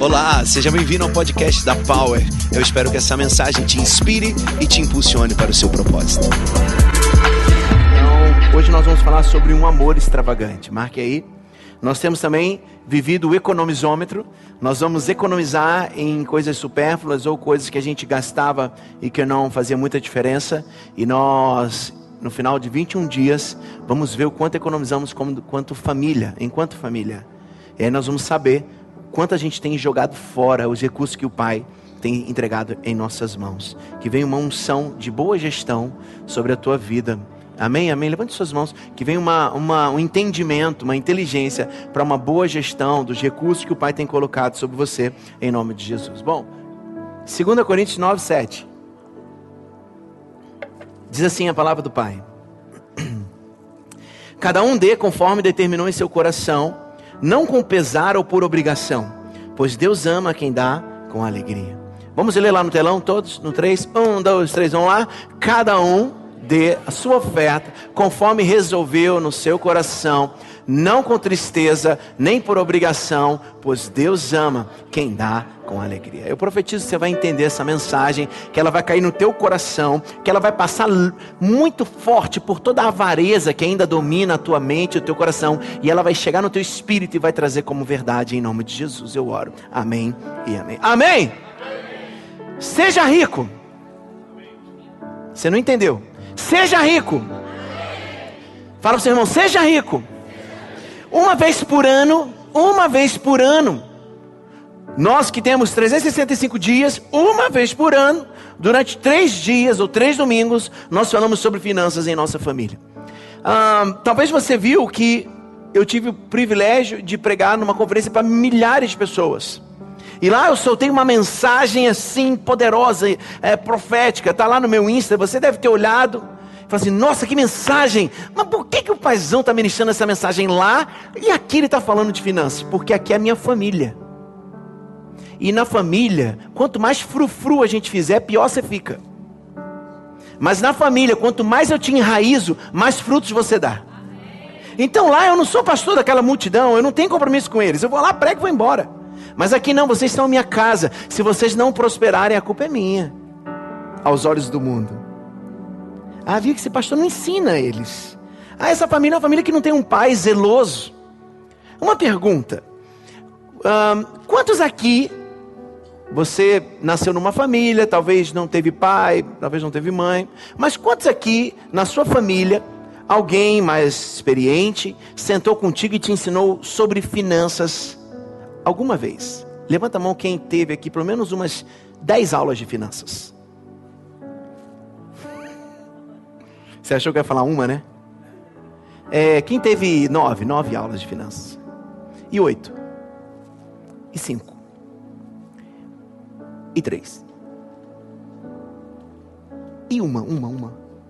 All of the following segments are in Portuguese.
Olá, seja bem-vindo ao podcast da Power. Eu espero que essa mensagem te inspire e te impulsione para o seu propósito. Então, hoje nós vamos falar sobre um amor extravagante. Marque aí. Nós temos também vivido o economizômetro. Nós vamos economizar em coisas supérfluas ou coisas que a gente gastava e que não fazia muita diferença. E nós, no final de 21 dias, vamos ver o quanto economizamos enquanto família. E aí nós vamos saber quanto a gente tem jogado fora os recursos que o Pai tem entregado em nossas mãos. Que venha uma unção de boa gestão sobre a tua vida. Amém, amém. Levante suas mãos. Que venha um entendimento, uma inteligência para uma boa gestão dos recursos que o Pai tem colocado sobre você, em nome de Jesus. Bom, 2 Coríntios 9, 7. Diz assim a palavra do Pai: cada um dê conforme determinou em seu coração, não com pesar ou por obrigação, pois Deus ama quem dá com alegria. Vamos ler lá no telão todos? No 3, 1, 2, 3, vamos lá. Cada um dê a sua oferta conforme resolveu no seu coração, não com tristeza, nem por obrigação, pois Deus ama quem dá com alegria. Eu profetizo que você vai entender essa mensagem, que ela vai cair no teu coração, que ela vai passar muito forte por toda a avareza que ainda domina a tua mente, o teu coração, e ela vai chegar no teu espírito e vai trazer como verdade, em nome de Jesus eu oro. Amém e amém. Amém! Seja rico. Você não entendeu? Seja rico. Fala para o seu irmão, seja rico. Uma vez por ano, nós que temos 365 dias, uma vez por ano, durante 3 dias ou 3 domingos, nós falamos sobre finanças em nossa família. Talvez você viu que eu tive o privilégio de pregar numa conferência para milhares de pessoas. E lá eu soltei uma mensagem assim poderosa, profética, está lá no meu Insta, você deve ter olhado. Fala assim, nossa, que mensagem! Mas por que o paizão está ministrando essa mensagem lá e aqui ele está falando de finanças? Porque aqui é a minha família. E na família, quanto mais frufru a gente fizer, pior você fica. Mas na família, quanto mais eu te enraizo, mais frutos você dá. Então lá eu não sou pastor daquela multidão, eu não tenho compromisso com eles. Eu vou lá, prego e vou embora. Mas aqui não, vocês estão em minha casa. Se vocês não prosperarem, a culpa é minha, aos olhos do mundo. Viu que esse pastor não ensina eles. Essa família é uma família que não tem um pai zeloso. Uma pergunta: quantos aqui, você nasceu numa família, talvez não teve pai, talvez não teve mãe, mas quantos aqui, na sua família, alguém mais experiente sentou contigo e te ensinou sobre finanças alguma vez? Levanta a mão quem teve aqui pelo menos umas 10 aulas de finanças. Você achou que eu ia falar uma, né? Quem teve 9 aulas de finanças? E 8? E 5? E 3? E uma?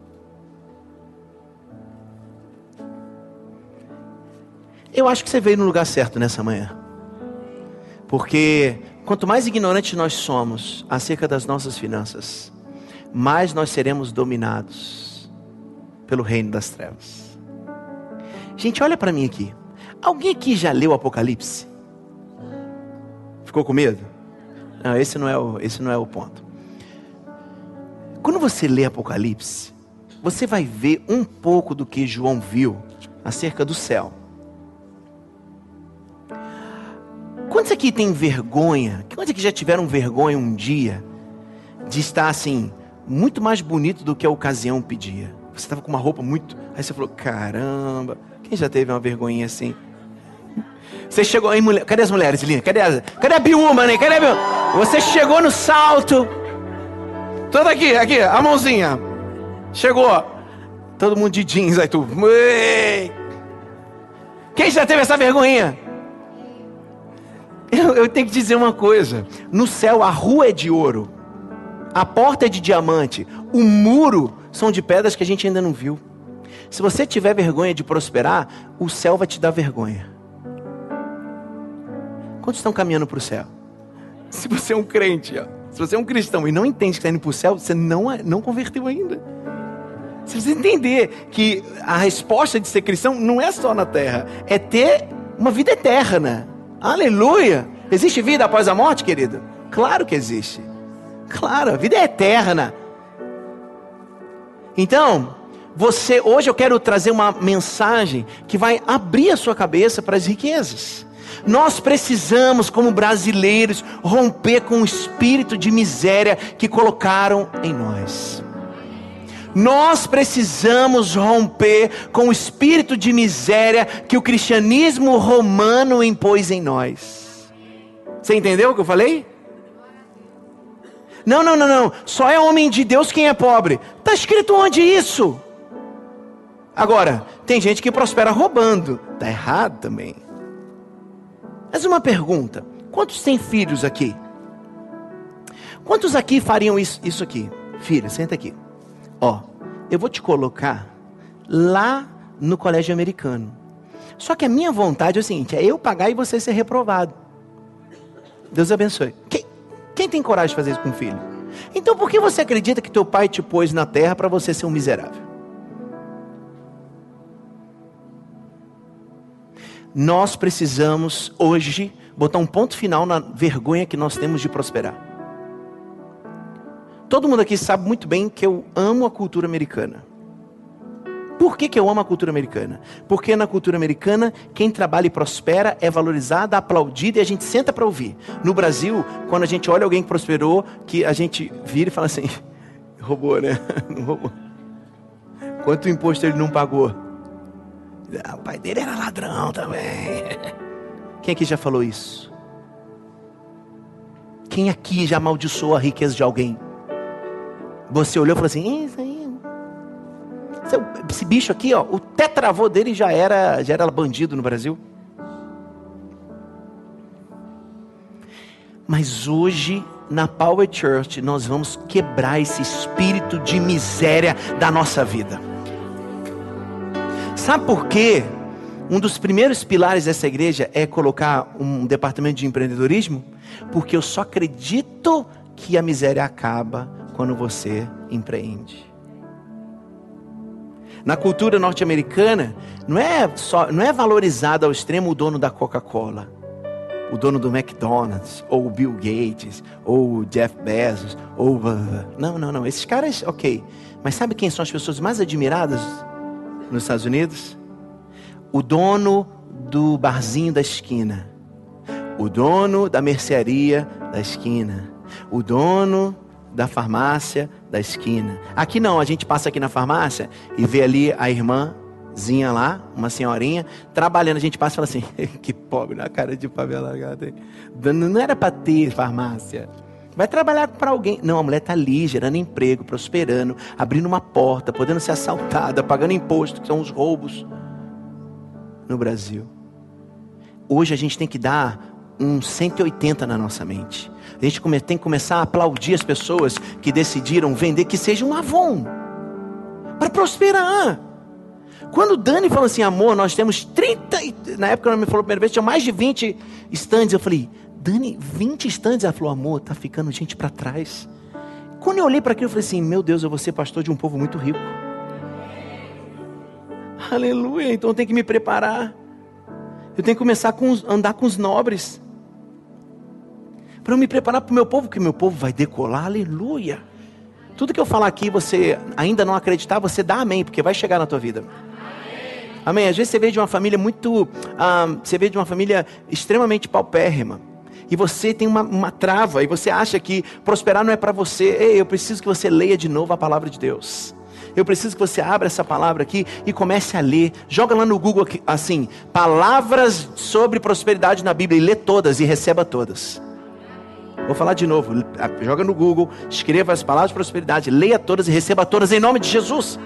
Eu acho que você veio no lugar certo nessa manhã. Porque quanto mais ignorantes nós somos acerca das nossas finanças, mais nós seremos dominados pelo reino das trevas. Gente, olha para mim aqui. Alguém aqui já leu Apocalipse? Ficou com medo? Não, esse não é o ponto. Quando você lê Apocalipse, você vai ver um pouco do que João viu acerca do céu. Quantos aqui tem vergonha? Quantos aqui já tiveram vergonha um dia de estar assim, muito mais bonito do que a ocasião pedia? Você estava com uma roupa muito... Aí você falou, caramba, quem já teve uma vergonhinha assim? Você chegou aí, mulher... Cadê as mulheres, linda? Cadê a Biúma, né? Cadê a Biúma? Você chegou no salto. Toda aqui, a mãozinha. Chegou. Todo mundo de jeans, aí tu... Quem já teve essa vergonhinha? Eu tenho que dizer uma coisa. No céu a rua é de ouro, a porta é de diamante, o muro são de pedras que a gente ainda não viu. Se você tiver vergonha de prosperar, o céu vai te dar vergonha. Quantos estão caminhando para o céu? Se você é um crente, se você é um cristão e não entende que está indo para o céu, você não converteu ainda. Você precisa entender que a resposta de ser cristão não é só na terra, é ter uma vida eterna. Aleluia! Existe vida após a morte, querido? Claro que existe. Claro, a vida é eterna. Então, hoje eu quero trazer uma mensagem que vai abrir a sua cabeça para as riquezas. Nós precisamos, como brasileiros, romper com o espírito de miséria que colocaram em nós. Nós precisamos romper com o espírito de miséria que o cristianismo romano impôs em nós. Você entendeu o que eu falei? Não. Só é homem de Deus quem é pobre. Está escrito onde isso? Agora, tem gente que prospera roubando. Está errado também. Mas uma pergunta. Quantos têm filhos aqui? Quantos aqui fariam isso aqui? Filha, senta aqui. Ó, eu vou te colocar lá no colégio americano. Só que a minha vontade é o seguinte, é eu pagar e você ser reprovado. Deus abençoe. Quem tem coragem de fazer isso com o filho? Então por que você acredita que teu pai te pôs na terra para você ser um miserável? Nós precisamos hoje botar um ponto final na vergonha que nós temos de prosperar. Todo mundo aqui sabe muito bem que eu amo a cultura americana. Por que eu amo a cultura americana? Porque na cultura americana, quem trabalha e prospera é valorizado, aplaudido e a gente senta para ouvir. No Brasil, quando a gente olha alguém que prosperou, que a gente vira e fala assim, roubou, né? Não roubou. Quanto imposto ele não pagou? O pai dele era ladrão também. Quem aqui já falou isso? Quem aqui já amaldiçoou a riqueza de alguém? Você olhou e falou assim, isso aí. Esse bicho aqui, ó, o tetravô dele já era bandido no Brasil. Mas hoje, na Power Church, nós vamos quebrar esse espírito de miséria da nossa vida. Sabe por quê? Um dos primeiros pilares dessa igreja é colocar um departamento de empreendedorismo, porque eu só acredito que a miséria acaba quando você empreende. Na cultura norte-americana, não é valorizado ao extremo o dono da Coca-Cola, o dono do McDonald's, ou o Bill Gates, ou o Jeff Bezos, ou... Não, esses caras, ok. Mas sabe quem são as pessoas mais admiradas nos Estados Unidos? O dono do barzinho da esquina, o dono da mercearia da esquina, o dono da farmácia da esquina. Aqui não, a gente passa aqui na farmácia e vê ali a irmãzinha lá, uma senhorinha, trabalhando. A gente passa e fala assim, que pobre, na cara de favela. Não era para ter farmácia. Vai trabalhar para alguém. Não, a mulher está ali, gerando emprego, prosperando, abrindo uma porta, podendo ser assaltada, pagando imposto, que são os roubos no Brasil. Hoje a gente tem que dar um 180 na nossa mente. A gente tem que começar a aplaudir as pessoas que decidiram vender, que seja um Avon, para prosperar. Quando Dani falou assim, amor, nós temos 30, na época ela me falou a primeira vez, tinha mais de 20 stands. Eu falei, Dani, 20 stands? Ela falou, amor, tá ficando gente para trás. Quando eu olhei para aquilo, eu falei assim, meu Deus, eu vou ser pastor de um povo muito rico. Aleluia, então eu tenho que me preparar. Eu tenho que começar a andar com os nobres, para eu me preparar para o meu povo, que meu povo vai decolar, aleluia. Tudo que eu falar aqui, você ainda não acreditar, você dá amém, porque vai chegar na tua vida. Amém. Às vezes você veio de uma família você veio de uma família extremamente paupérrima, e você tem uma trava, e você acha que prosperar não é para você. Ei, eu preciso que você leia de novo a palavra de Deus. Eu preciso que você abra essa palavra aqui e comece a ler. Joga lá no Google assim, palavras sobre prosperidade na Bíblia, e lê todas e receba todas. Vou falar de novo, joga no Google, escreva as palavras de prosperidade, leia todas e receba todas em nome de Jesus.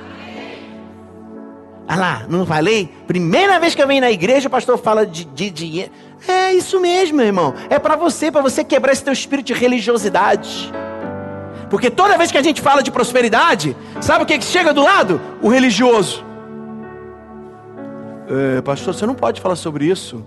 Ah lá, não falei? Primeira vez que eu venho na igreja, o pastor fala de dinheiro. É isso mesmo, meu irmão. É para você quebrar esse teu espírito de religiosidade. Porque toda vez que a gente fala de prosperidade, sabe o que chega do lado? O religioso. Pastor, você não pode falar sobre isso.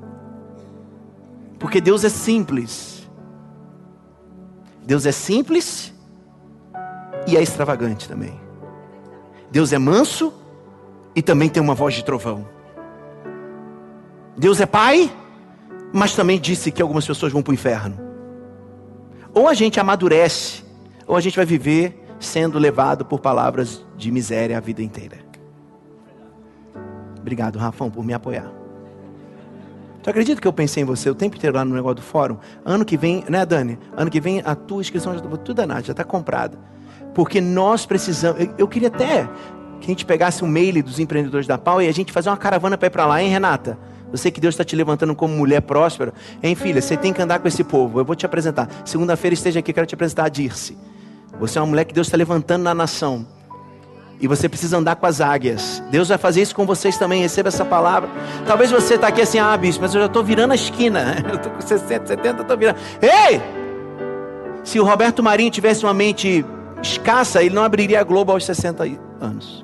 Porque Deus é simples. Deus é simples e é extravagante também. Deus é manso e também tem uma voz de trovão. Deus é pai mas também disse que algumas pessoas vão para o inferno. Ou a gente amadurece, ou a gente vai viver sendo levado por palavras de miséria a vida inteira. Obrigado, Rafão, por me apoiar. Tu acredita que eu pensei em você o tempo inteiro lá no negócio do fórum? Ano que vem, né, Dani? Ano que vem a tua inscrição já está tudo danado, já está comprada. Porque nós precisamos... Eu queria até que a gente pegasse um mail dos empreendedores da Power e a gente fazer uma caravana para ir para lá, hein, Renata? Eu sei que Deus está te levantando como mulher próspera. Hein, filha, você tem que andar com esse povo. Eu vou te apresentar. Segunda-feira esteja aqui, quero te apresentar a Dirce. Você é uma mulher que Deus está levantando na nação. E você precisa andar com as águias. Deus vai fazer isso com vocês também. Receba essa palavra. Talvez você está aqui assim, bispo, mas eu já estou virando a esquina. Eu estou com 60, 70, estou virando. Ei! Se o Roberto Marinho tivesse uma mente escassa, ele não abriria a Globo aos 60 anos.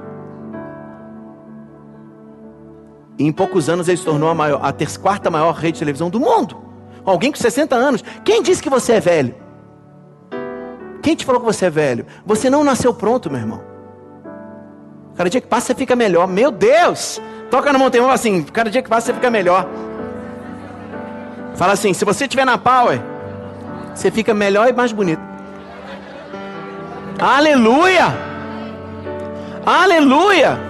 E em poucos anos ele se tornou a quarta maior rede de televisão do mundo. Alguém com 60 anos. Quem disse que você é velho? Quem te falou que você é velho? Você não nasceu pronto, meu irmão. Cada dia que passa você fica melhor. Meu Deus! Toca na mão, tem assim, cada dia que passa você fica melhor. Fala assim, se você estiver na Power, você fica melhor e mais bonito. Aleluia! Aleluia!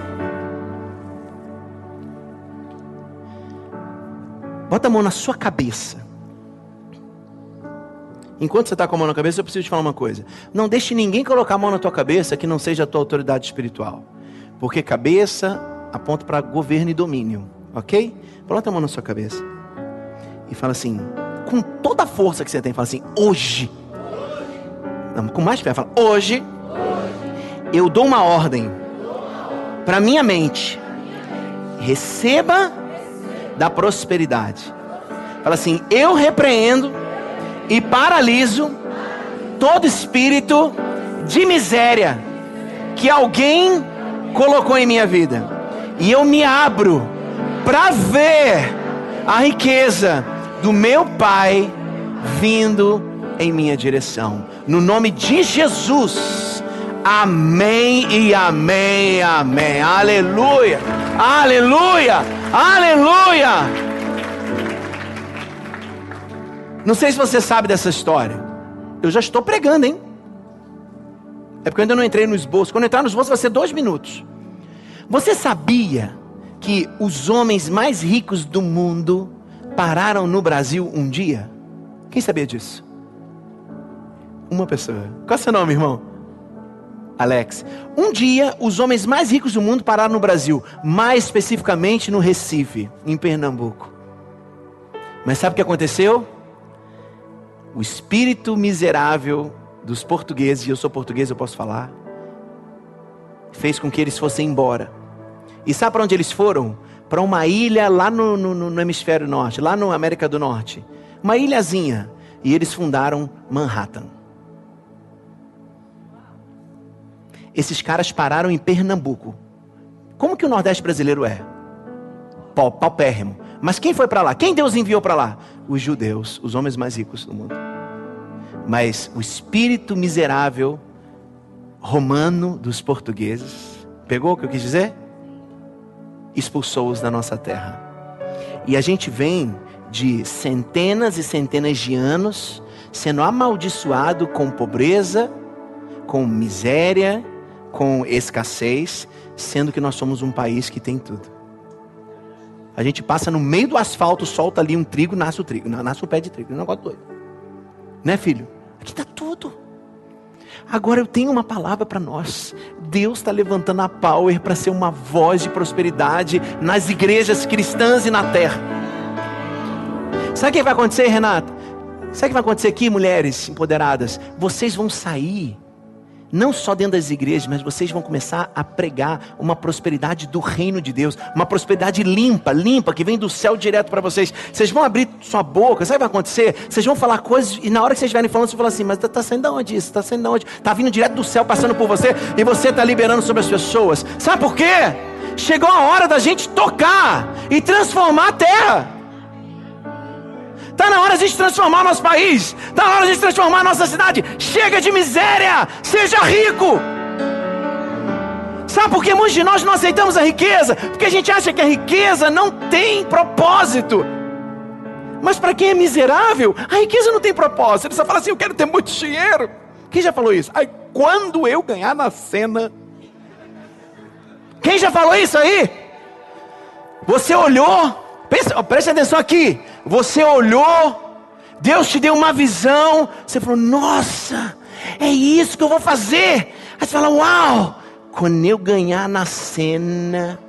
Bota a mão na sua cabeça. Enquanto você está com a mão na cabeça, eu preciso te falar uma coisa. Não deixe ninguém colocar a mão na tua cabeça que não seja a tua autoridade espiritual. Porque cabeça aponta para governo e domínio. Ok? Bota a mão na sua cabeça. E fala assim, com toda a força que você tem, fala assim, hoje. Não, com mais fé, fala, hoje eu dou uma ordem para minha mente. Receba da prosperidade. Fala assim, eu repreendo e paraliso todo espírito de miséria que alguém colocou em minha vida. E eu me abro para ver a riqueza do meu Pai vindo em minha direção. No nome de Jesus. Amém e amém, amém. Aleluia, aleluia, aleluia. Não sei se você sabe dessa história. Eu já estou pregando, hein? É porque eu ainda não entrei no esboço. Quando eu entrar no esboço vai ser 2 minutos. Você sabia que os homens mais ricos do mundo pararam no Brasil um dia? Quem sabia disso? Uma pessoa. Qual é o seu nome, irmão? Alex. Um dia, os homens mais ricos do mundo pararam no Brasil. Mais especificamente no Recife, em Pernambuco. Mas sabe o que aconteceu? O espírito miserável dos portugueses, e eu sou português, eu posso falar, fez com que eles fossem embora. E sabe para onde eles foram? Para uma ilha lá no hemisfério norte, lá na América do Norte. Uma ilhazinha. E eles fundaram Manhattan. Esses caras pararam em Pernambuco. Como que o Nordeste brasileiro é? Paupérrimo. Mas quem foi para lá? Quem Deus enviou para lá? Os judeus, os homens mais ricos do mundo. Mas o espírito miserável romano dos portugueses, pegou o que eu quis dizer? Expulsou-os da nossa terra. E a gente vem de centenas e centenas de anos sendo amaldiçoado com pobreza, com miséria, com escassez, sendo que nós somos um país que tem tudo. A gente passa no meio do asfalto, solta ali um trigo, nasce um pé de trigo. É um negócio doido. Né, filho? Aqui está tudo. Agora eu tenho uma palavra para nós. Deus está levantando a Power para ser uma voz de prosperidade nas igrejas cristãs e na terra. Sabe o que vai acontecer, Renata? Sabe o que vai acontecer aqui, mulheres empoderadas? Vocês vão sair, não só dentro das igrejas, mas vocês vão começar a pregar uma prosperidade do reino de Deus. Uma prosperidade limpa, que vem do céu direto para vocês. Vocês vão abrir sua boca, sabe o que vai acontecer? Vocês vão falar coisas, e na hora que vocês estiverem falando, vocês vão falar assim, mas está saindo de onde isso? Está saindo de onde? Está vindo direto do céu, passando por você, e você está liberando sobre as pessoas. Sabe por quê? Chegou a hora da gente tocar e transformar a terra. Está na hora de a gente transformar nosso país. Está na hora de a gente transformar nossa cidade. Chega de miséria. Seja rico. Sabe por que muitos de nós não aceitamos a riqueza? Porque a gente acha que a riqueza não tem propósito. Mas para quem é miserável, a riqueza não tem propósito. Ele só fala assim, eu quero ter muito dinheiro. Quem já falou isso? Aí quando eu ganhar na cena... Quem já falou isso aí? Você olhou... Preste atenção aqui. Você olhou... Deus te deu uma visão. Você falou, nossa, é isso que eu vou fazer. Aí você fala, uau, quando eu ganhar na cena...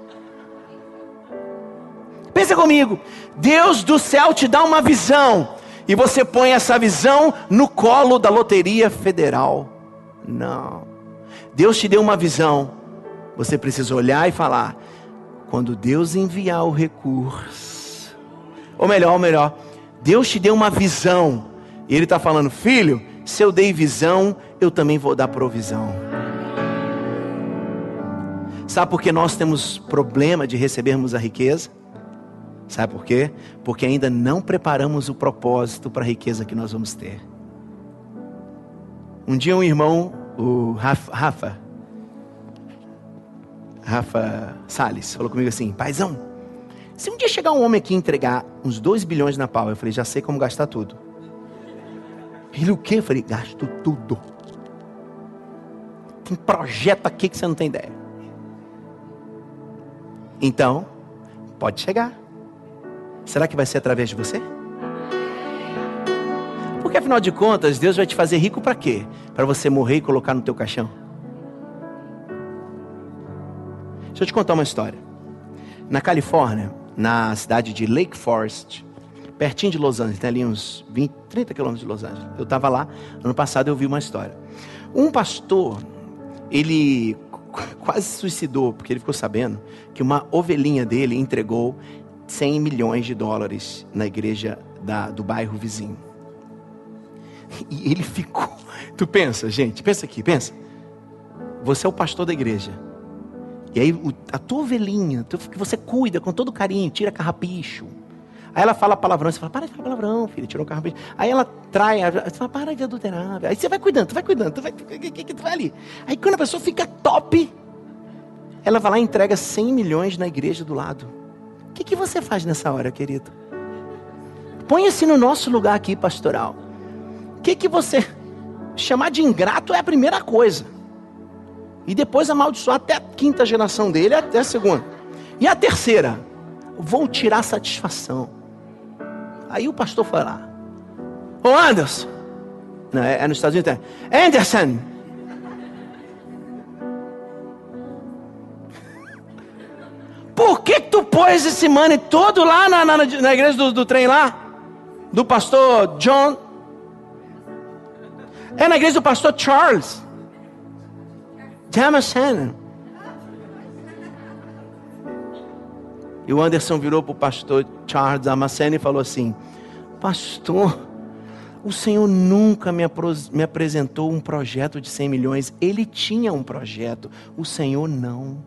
Pensa comigo. Deus do céu te dá uma visão. E você põe essa visão no colo da Loteria Federal. Não. Deus te deu uma visão. Você precisa olhar e falar, quando Deus enviar o recurso. Ou melhor. Deus te deu uma visão. E Ele está falando, filho, se eu dei visão, eu também vou dar provisão. Sabe por que nós temos problema de recebermos a riqueza? Sabe por quê? Porque ainda não preparamos o propósito para a riqueza que nós vamos ter. Um dia um irmão, o Rafa Salles, falou comigo assim, paizão, se um dia chegar um homem aqui e entregar uns 2 bilhões na Power, eu falei, já sei como gastar tudo. Ele, o quê? Eu falei, gasto tudo. Tem projeto aqui que você não tem ideia. Então, pode chegar. Será que vai ser através de você? Porque afinal de contas, Deus vai te fazer rico para quê? Para você morrer e colocar no teu caixão? Deixa eu te contar uma história. Na Califórnia, na cidade de Lake Forest, pertinho de Los Angeles, tem ali uns 20, 30 quilômetros de Los Angeles. Eu estava lá, ano passado eu vi uma história. Um pastor, ele quase se suicidou, porque ele ficou sabendo que uma ovelhinha dele entregou 100 milhões de dólares na igreja do bairro vizinho. E ele ficou... Tu pensa, gente, pensa aqui, pensa. Você é o pastor da igreja. E aí a tua ovelhinha, que você cuida com todo carinho, tira carrapicho. Aí ela fala palavrão, você fala, para de falar palavrão, filho, tirou o carrapicho. Aí ela trai, você fala, para de adulterar. Aí você vai cuidando, tu vai ali. Aí quando a pessoa fica top, ela vai lá e entrega 100 milhões na igreja do lado. O que você faz nessa hora, querido? Põe-se no nosso lugar aqui, pastoral. O que você... Chamar de ingrato é a primeira coisa. E depois amaldiçoar até a 5ª geração dele, até a 2ª. E a 3ª? Vou tirar satisfação. Aí o pastor foi lá. Ô Anderson. Não, é nos Estados Unidos. Anderson. Por que tu pôs esse money todo lá na igreja do trem lá? Do pastor John? É na igreja do pastor Charles Damasceno. E o Anderson virou para o pastor Charles Damasceno e falou assim, pastor, o Senhor nunca me apresentou um projeto de 100 milhões. Ele tinha um projeto, o Senhor não.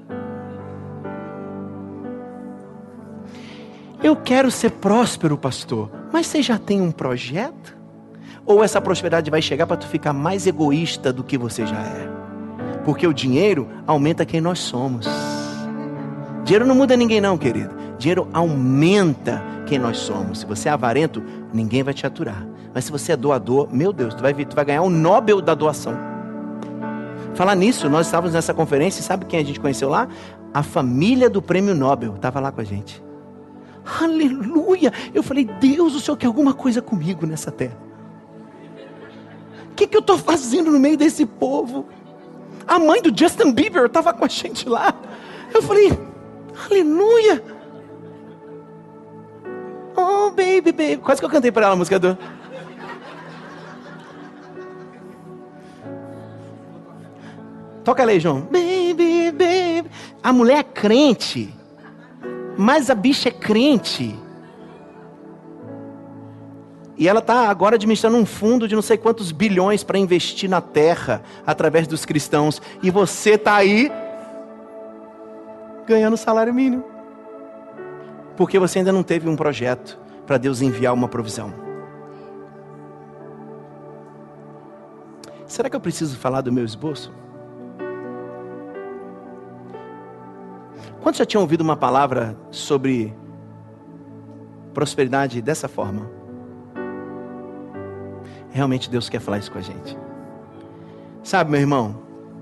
Eu quero ser próspero, pastor, mas você já tem um projeto? Ou essa prosperidade vai chegar para tu ficar mais egoísta do que você já é? Porque o dinheiro aumenta quem nós somos. Dinheiro não muda ninguém não, querido. Dinheiro aumenta quem nós somos. Se você é avarento, ninguém vai te aturar. Mas se você é doador, meu Deus, tu vai ganhar o Nobel da doação. Falar nisso, nós estávamos nessa conferência e sabe quem a gente conheceu lá? A família do prêmio Nobel estava lá com a gente. Aleluia! Eu falei, Deus, o Senhor quer alguma coisa comigo nessa terra. O que eu estou fazendo no meio desse povo? A mãe do Justin Bieber estava com a gente lá. Eu falei, aleluia! Oh, baby, baby. Quase que eu cantei para ela a música do... Toca ali, João. Baby, baby. A mulher é crente. Mas a bicha é crente. E ela está agora administrando um fundo de não sei quantos bilhões para investir na terra através dos cristãos. E você está aí ganhando salário mínimo. Porque você ainda não teve um projeto para Deus enviar uma provisão. Será que eu preciso falar do meu esboço? Quantos já tinham ouvido uma palavra sobre prosperidade dessa forma. Realmente Deus quer falar isso com a gente. Sabe, meu irmão,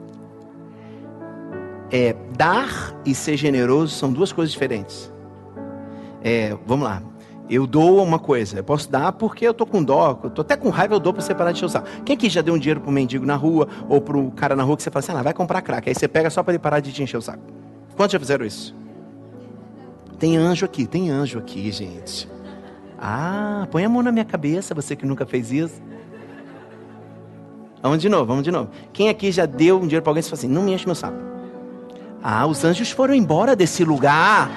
dar e ser generoso são duas coisas diferentes. Vamos lá. Eu dou uma coisa, eu posso dar porque eu tô com dó, eu tô até com raiva, eu dou para você parar de encher o saco. Quem aqui já deu um dinheiro pro mendigo na rua, ou pro cara na rua que você fala assim, vai comprar crack, aí você pega só para ele parar de te encher o saco? Quantos já fizeram isso? Tem anjo aqui, gente. Põe a mão na minha cabeça, você que nunca fez isso. Vamos de novo. Quem aqui já deu um dinheiro para alguém e falou assim, não me enche meu saco? Os anjos foram embora desse lugar.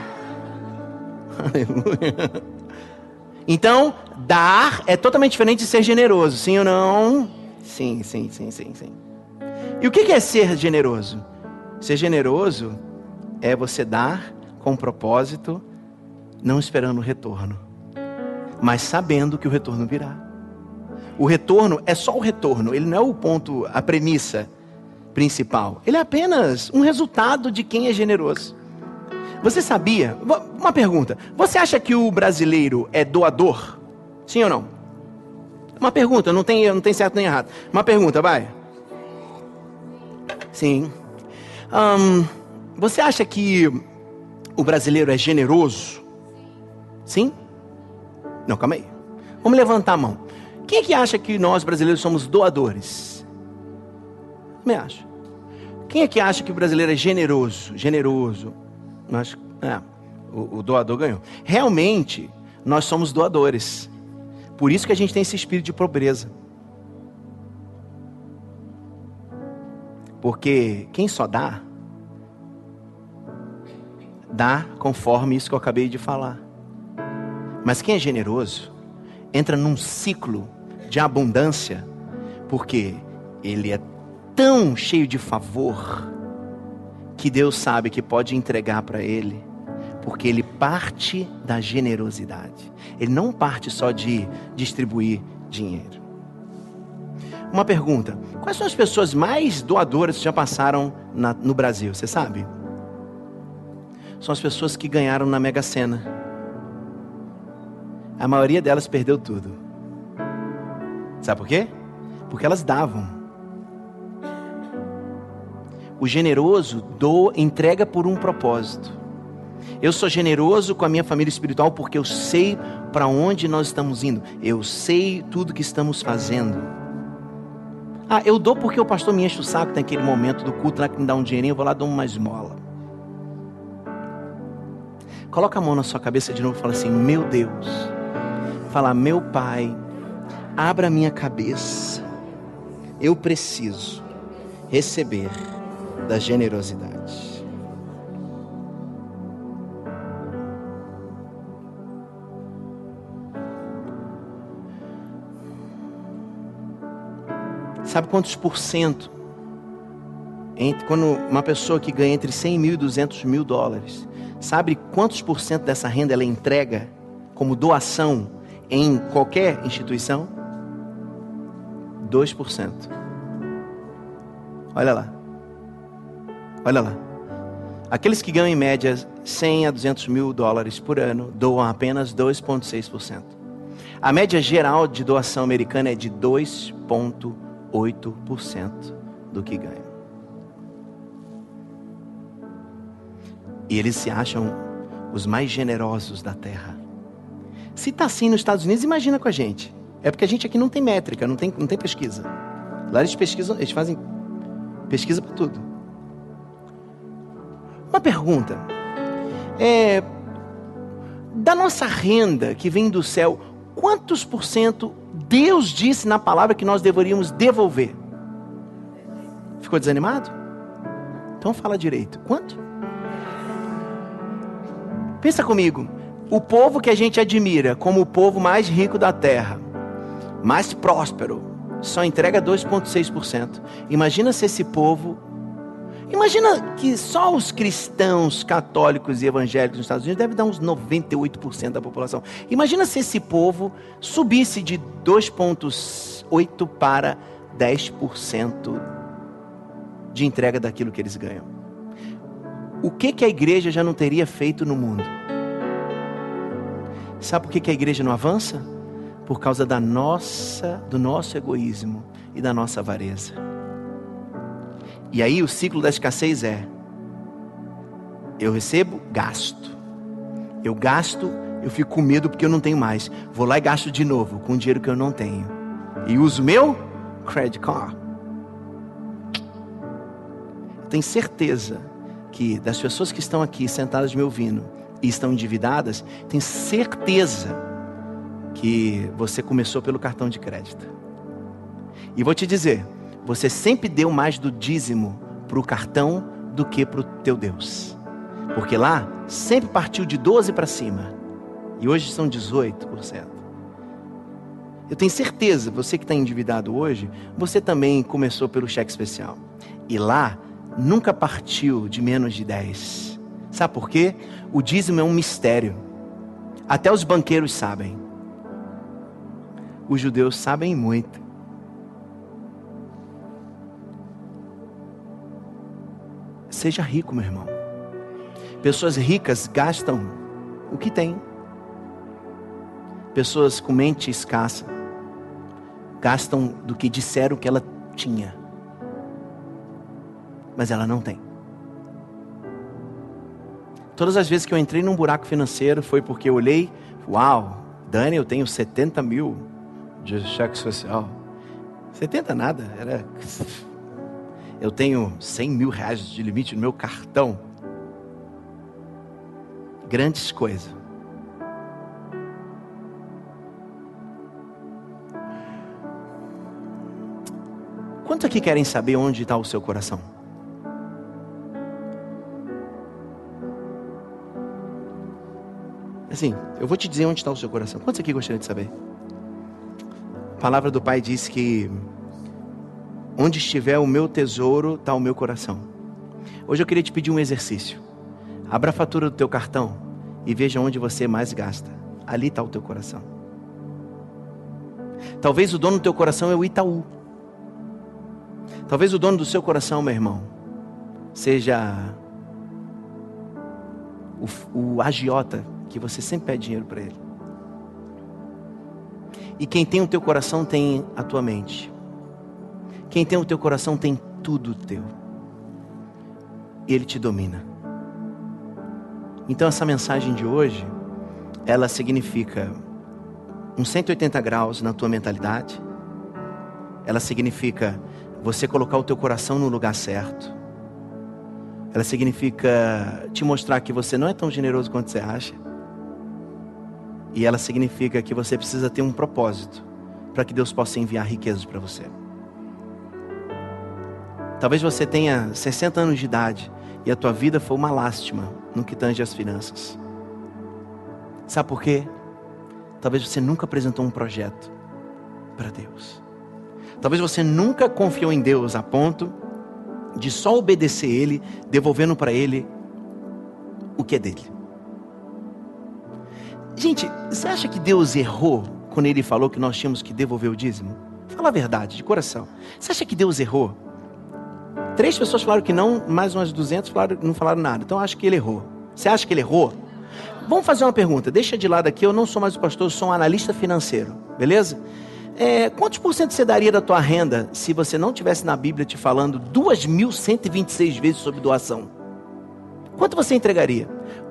Aleluia. Então, dar é totalmente diferente de ser generoso, sim ou não? Sim. E o que é ser generoso? Ser generoso é você dar com propósito, não esperando o retorno, mas sabendo que o retorno virá. O retorno é só o retorno, ele não é o ponto, a premissa principal. Ele é apenas um resultado de quem é generoso. Você sabia? Uma pergunta. Você acha que o brasileiro é doador? Sim ou não? Uma pergunta, não tem certo nem errado. Uma pergunta, vai. Sim. Você acha que o brasileiro é generoso? Sim? Não, calma aí. Vamos levantar a mão. Quem é que acha que nós brasileiros somos doadores? Me acho. Quem é que acha que o brasileiro é generoso? O doador ganhou. Realmente, nós somos doadores. Por isso que a gente tem esse espírito de pobreza. Porque quem só dá conforme isso que eu acabei de falar. Mas quem é generoso, entra num ciclo de abundância, porque ele é tão cheio de favor, que Deus sabe que pode entregar para ele, porque ele parte da generosidade. Ele não parte só de distribuir dinheiro. Uma pergunta: quais são as pessoas mais doadoras que já passaram no Brasil? Você sabe? São as pessoas que ganharam na Mega Sena. A maioria delas perdeu tudo. Sabe por quê? Porque elas davam. O generoso entrega por um propósito. Eu sou generoso com a minha família espiritual porque eu sei para onde nós estamos indo. Eu sei tudo que estamos fazendo. Eu dou porque o pastor me enche o saco naquele momento do culto, lá que me dá um dinheirinho, eu vou lá e dou uma esmola. Coloca a mão na sua cabeça de novo e fala assim: meu Deus. Fala: meu Pai, abra a minha cabeça. Eu preciso receber da generosidade. Sabe quantos por cento? Quando uma pessoa que ganha entre 100 mil e 200 mil dólares, sabe quantos por cento dessa renda ela entrega como doação em qualquer instituição? 2%. Olha lá. Aqueles que ganham em média 100 a 200 mil dólares por ano doam apenas 2,6%. A média geral de doação americana é de 2,8% do que ganham. E eles se acham os mais generosos da terra. Se está assim nos Estados Unidos, imagina com a gente. É porque a gente aqui não tem métrica, não tem pesquisa. Lá eles pesquisam, eles fazem pesquisa para tudo. Uma pergunta. Da nossa renda que vem do céu, quantos por cento Deus disse na palavra que nós deveríamos devolver? Ficou desanimado? Então fala direito. Quanto? Pensa comigo. O povo que a gente admira como o povo mais rico da terra, mais próspero, só entrega 2,6%. Imagina se esse povo... Imagina que só os cristãos católicos e evangélicos nos Estados Unidos devem dar uns 98% da população. Imagina se esse povo subisse de 2,8% para 10% de entrega daquilo que eles ganham. O que a igreja já não teria feito no mundo? Sabe por que a igreja não avança? Por causa do nosso egoísmo e da nossa avareza. E aí o ciclo da escassez é: eu recebo, gasto. Eu gasto, eu fico com medo porque eu não tenho mais. Vou lá e gasto de novo com o dinheiro que eu não tenho. E uso meu credit card. Eu tenho certeza que das pessoas que estão aqui sentadas me ouvindo e estão endividadas, tenho certeza que você começou pelo cartão de crédito. E vou te dizer, você sempre deu mais do dízimo para o cartão do que para o teu Deus. Porque lá sempre partiu de 12 para cima. E hoje são 18%. Eu tenho certeza, você que está endividado hoje, você também começou pelo cheque especial. E lá nunca partiu de menos de 10. Sabe por quê? O dízimo é um mistério. Até os banqueiros sabem. Os judeus sabem muito. Seja rico, meu irmão. Pessoas ricas gastam o que têm. Pessoas com mente escassa gastam do que disseram que ela tinha, mas ela não tem. Todas as vezes que eu entrei num buraco financeiro foi porque eu olhei, uau, Dani, eu tenho 70 mil de cheque social. 70 nada, eu tenho 100 mil reais de limite no meu cartão. Grandes coisas. Quantos aqui querem saber onde está o seu coração? Assim, eu vou te dizer onde está o seu coração. Quantos aqui gostariam de saber? A palavra do Pai diz que onde estiver o meu tesouro, está o meu coração. Hoje eu queria te pedir um exercício. Abra a fatura do teu cartão e veja onde você mais gasta. Ali está o teu coração. Talvez o dono do teu coração é o Itaú. Talvez o dono do seu coração, meu irmão, seja o agiota que você sempre pede dinheiro para ele. E quem tem o teu coração tem a tua mente. Quem tem o teu coração tem tudo teu. Ele te domina. Então essa mensagem de hoje, ela significa uns 180 graus na tua mentalidade. Ela significa você colocar o teu coração no lugar certo. Ela significa te mostrar que você não é tão generoso quanto você acha. E ela significa que você precisa ter um propósito para que Deus possa enviar riquezas para você. Talvez você tenha 60 anos de idade e a tua vida foi uma lástima no que tange as finanças. Sabe por quê? Talvez você nunca apresentou um projeto para Deus. Talvez você nunca confiou em Deus a ponto de só obedecer Ele, devolvendo para Ele o que é dele. Gente, você acha que Deus errou quando Ele falou que nós tínhamos que devolver o dízimo? Fala a verdade, de coração. Você acha que Deus errou? 3 pessoas falaram que não, mais umas 200 não falaram nada. Então eu acho que Ele errou. Você acha que Ele errou? Vamos fazer uma pergunta. Deixa de lado aqui, eu não sou mais o pastor, eu sou um analista financeiro. Beleza? Quantos por cento você daria da tua renda se você não tivesse na Bíblia te falando 2.126 vezes sobre doação? Quanto você entregaria?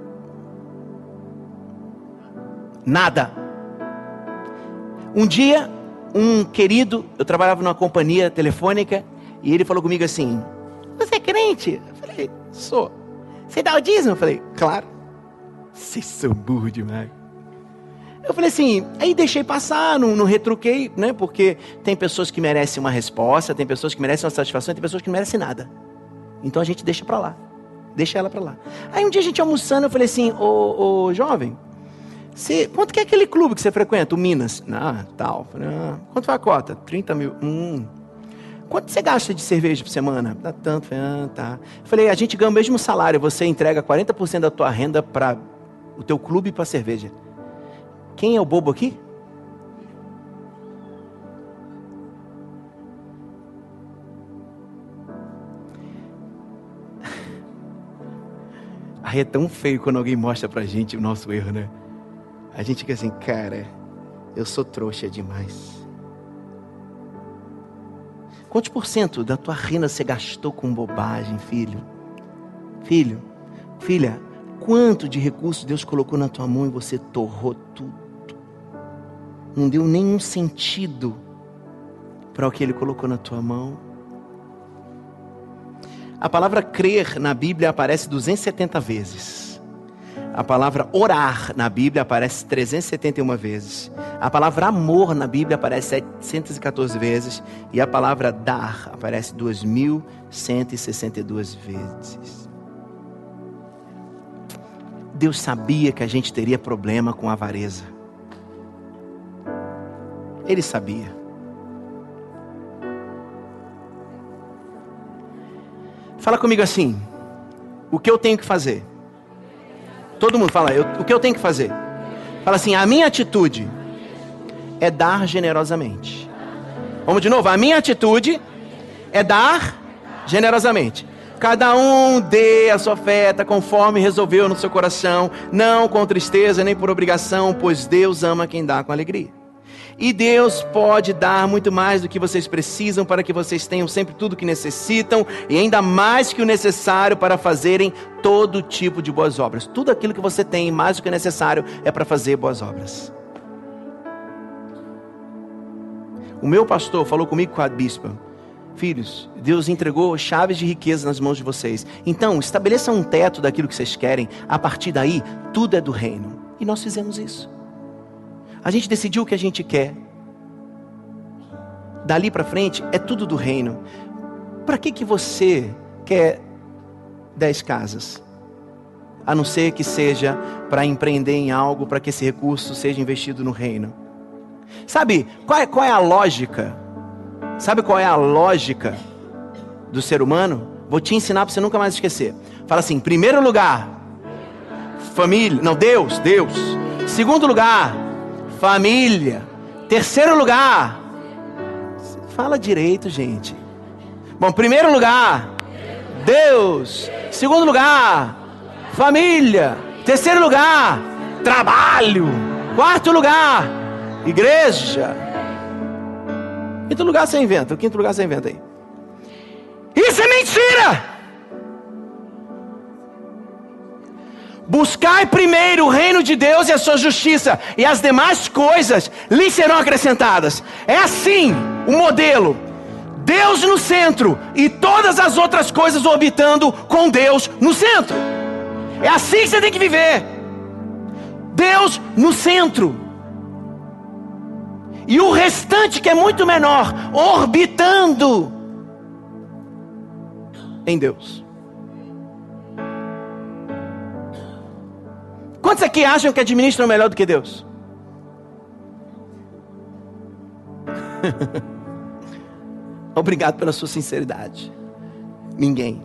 Nada. Um dia, um querido, eu trabalhava numa companhia telefônica e ele falou comigo assim: você é crente? Eu falei, sou. Você dá o dízimo? Eu falei, claro. Vocês são burros demais. Eu falei assim, aí deixei passar, não retruquei, né? Porque tem pessoas que merecem uma resposta, tem pessoas que merecem uma satisfação, tem pessoas que não merecem nada. Então a gente deixa pra lá, deixa ela pra lá. Aí um dia a gente almoçando, eu falei assim, ô jovem, quanto que é aquele clube que você frequenta, o Minas? Tal. Falei, quanto foi a cota? 30 mil. Quanto você gasta de cerveja por semana? Dá tanto. Falei, tá. Falei, a gente ganha o mesmo salário, você entrega 40% da tua renda para o teu clube e para a cerveja. Quem é o bobo aqui? Aí é tão feio quando alguém mostra pra gente o nosso erro, né? a gente fica assim, cara, eu sou trouxa demais. Quantos por cento da tua renda você gastou com bobagem, filho? Filho, filha, quanto de recurso Deus colocou na tua mão e você torrou tudo? Não deu nenhum sentido para o que Ele colocou na tua mão. A palavra crer na Bíblia aparece 270 vezes. A palavra orar na Bíblia aparece 371 vezes. A palavra amor na Bíblia aparece 714 vezes. E a palavra dar aparece 2162 vezes. Deus sabia que a gente teria problema com a avareza. Ele sabia. Fala comigo assim, o que eu tenho que fazer? Todo mundo fala, o que eu tenho que fazer? Fala assim, a minha atitude é dar generosamente. Vamos de novo, a minha atitude é dar generosamente. Cada um dê a sua oferta conforme resolveu no seu coração, não com tristeza nem por obrigação, pois Deus ama quem dá com alegria. E Deus pode dar muito mais do que vocês precisam para que vocês tenham sempre tudo o que necessitam e ainda mais que o necessário para fazerem todo tipo de boas obras. Tudo aquilo que você tem, mais do que necessário, é para fazer boas obras. O meu pastor falou comigo com a bispa, filhos, Deus entregou chaves de riqueza nas mãos de vocês. Então, estabeleçam um teto daquilo que vocês querem. A partir daí, tudo é do reino. E nós fizemos isso. A gente decidiu o que a gente quer. Dali para frente é tudo do reino. Para que você quer 10 casas? A não ser que seja para empreender em algo, para que esse recurso seja investido no reino. Sabe qual é a lógica? Sabe qual é a lógica do ser humano? Vou te ensinar para você nunca mais esquecer. Fala assim, primeiro lugar, família. Não, Deus. Segundo lugar, família. Terceiro lugar, fala direito, gente. Bom, primeiro lugar, Deus. Segundo lugar, família. Terceiro lugar, trabalho. Quarto lugar, igreja. Quinto lugar você inventa. O quinto lugar você inventa aí. Isso é mentira. Buscai primeiro o reino de Deus e a sua justiça, e as demais coisas lhes serão acrescentadas. É assim o modelo. Deus no centro e todas as outras coisas orbitando com Deus no centro. É assim que você tem que viver. Deus no centro. E o restante, que é muito menor, orbitando em Deus. Quantos aqui acham que administram melhor do que Deus? Obrigado pela sua sinceridade. Ninguém.